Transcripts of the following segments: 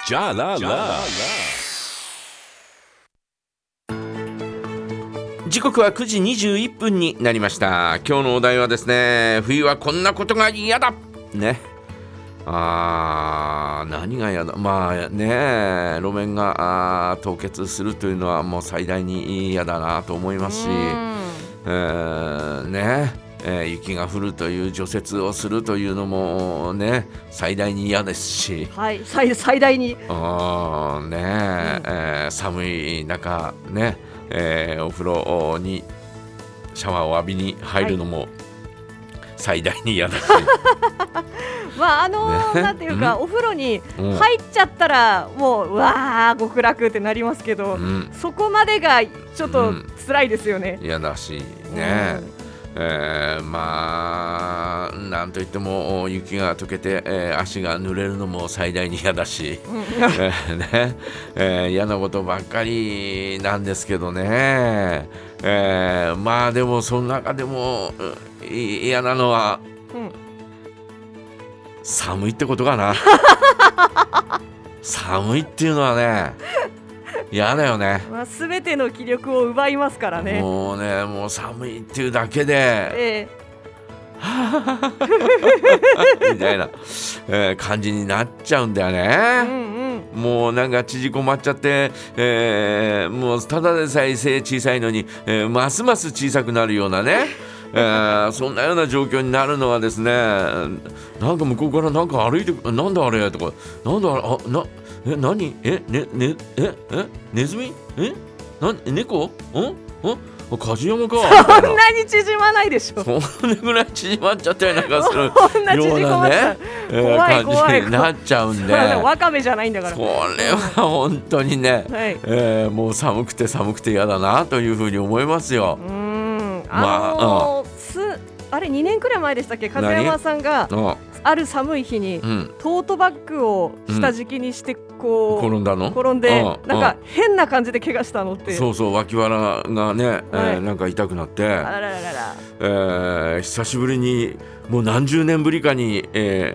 じゃらら。時刻は9時21分になりました。今日のお題はですね、冬はこんなことが嫌だね。何が嫌だ。まあね、路面が凍結するというのはもう最大に嫌だなと思いますし、雪が降るという除雪をするというのもね最大に嫌ですし、 はい、最大に寒い中ね、お風呂にシャワーを浴びに入るのも最大に嫌だし、 なんていうか、お風呂に入っちゃったらもうわー極楽ってなりますけど、そこまでがちょっと辛いですよね。 嫌だしね、なんといっても雪が溶けて、足が濡れるのも最大に嫌だし、嫌なことばっかりなんですけどね、まあでもその中でも嫌なのは、寒いってことかな。寒いっていうのはね嫌だよね。 全ての気力を奪いますからね。 もう寒いっていうだけで、みたいな、感じになっちゃうんだよね。もうなんか縮こまっちゃって、もうただでさえ背小さいのに、ますます小さくなるようなね、そんなような状況になるのはですね、なんか向こうからなんか歩いてなんだあれとか、なんだあれ、何ネズミ猫梶山か。 そんなに縮まないでしょ。 そんなぐらい縮まっちゃったりなんかするようなね感じになっちゃうんで、 ワカメじゃないんだから。 これは本当にね、もう寒くて嫌だなというふうに思いますよ。 あれ2年くらい前でしたっけ、風山さんがある寒い日にトートバッグを下敷きにしてこう転んでなんか変な感じで怪我したのって。 そう脇腹がね、なんか痛くなって、久しぶりにもう何十年ぶりかに、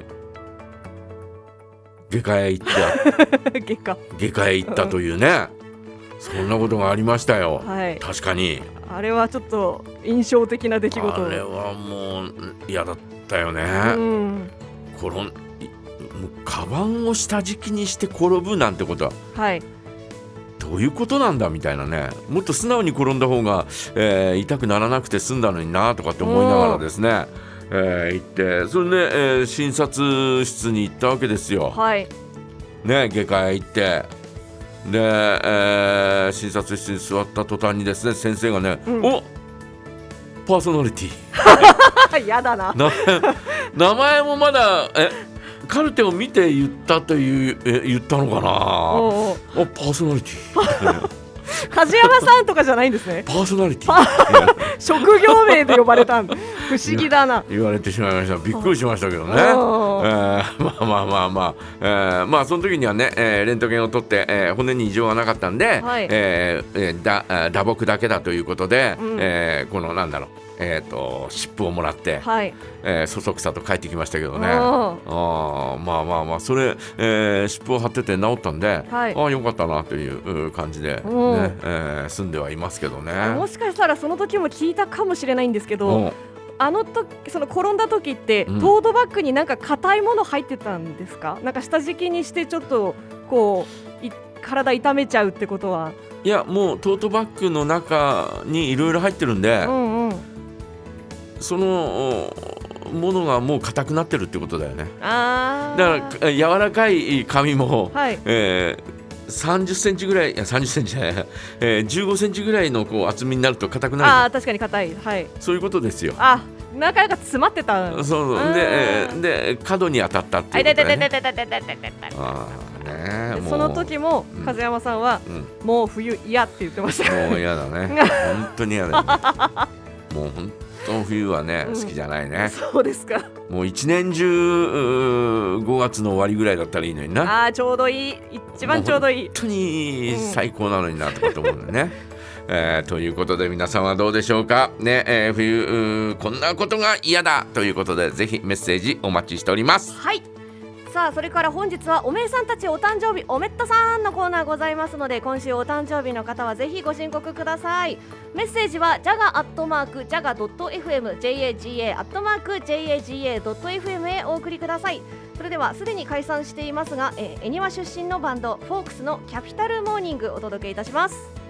外科へ行った外科へ行ったというね、そんなことがありましたよ。確かにあれはちょっと印象的な出来事。 あれはもう嫌だったよね。カバンを下敷きにして転ぶなんてことは、どういうことなんだみたいなね。もっと素直に転んだ方が、痛くならなくて済んだのになとかって思いながらですね、行ってそれで、診察室に行ったわけですよ。外科へ行ってで、診察室に座った途端にですね、先生がね、パーソナリティやだな。 名前もまだカルテを見て言ったのかな。パーソナリティ梶山さんとかじゃないんですね。 パーソナリティ職業名で呼ばれたん不思議だな。 言われてしまいました。びっくりしましたけどね。その時にはね、レントゲンを取って、骨に異常はなかったんで、打撲だけだということで、このなんだろう、湿布をもらって、そそくさと帰ってきましたけどね。それ、湿布を貼ってて治ったんで、よかったなという感じで、済んではいますけどね。 もしかしたらその時も聞いたかもしれないんですけど、その転んだ時って、トートバッグになんか硬いもの入ってたんですか？なんか下敷きにしてちょっとこう体痛めちゃうってことは。 いや、もうトートバッグの中にいろいろ入ってるんで、そのものがもう硬くなってるってことだよね。だから柔らかい紙も、30センチぐらい、30センチじゃない、15センチぐらいのこう厚みになると硬くなる。 確かに硬い。 そういうことですよ。 なかなか詰まってた。 で角に当たったっていうことだね。 その時も風山さんは、もう冬嫌って言ってました。 もう嫌だね。本当に嫌だよね。もう本当冬はね、好きじゃないね。 そうですか。 もう一年中5月の終わりぐらいだったらいいのにな。 ちょうどいい、一番ちょうどいい。 本当に最高なのになとかと思うのね。ということで皆さんはどうでしょうかね。冬こんなことが嫌だということで、ぜひメッセージお待ちしております。 さあそれから本日はおめえさんたちお誕生日おめっとさんのコーナーございますので、今週お誕生日の方はぜひご申告ください。メッセージは jaga@jaga.fm jaga@jaga.fm へお送りください。それではすでに解散していますが、恵庭出身のバンドフォークスのキャピタルモーニングお届けいたします。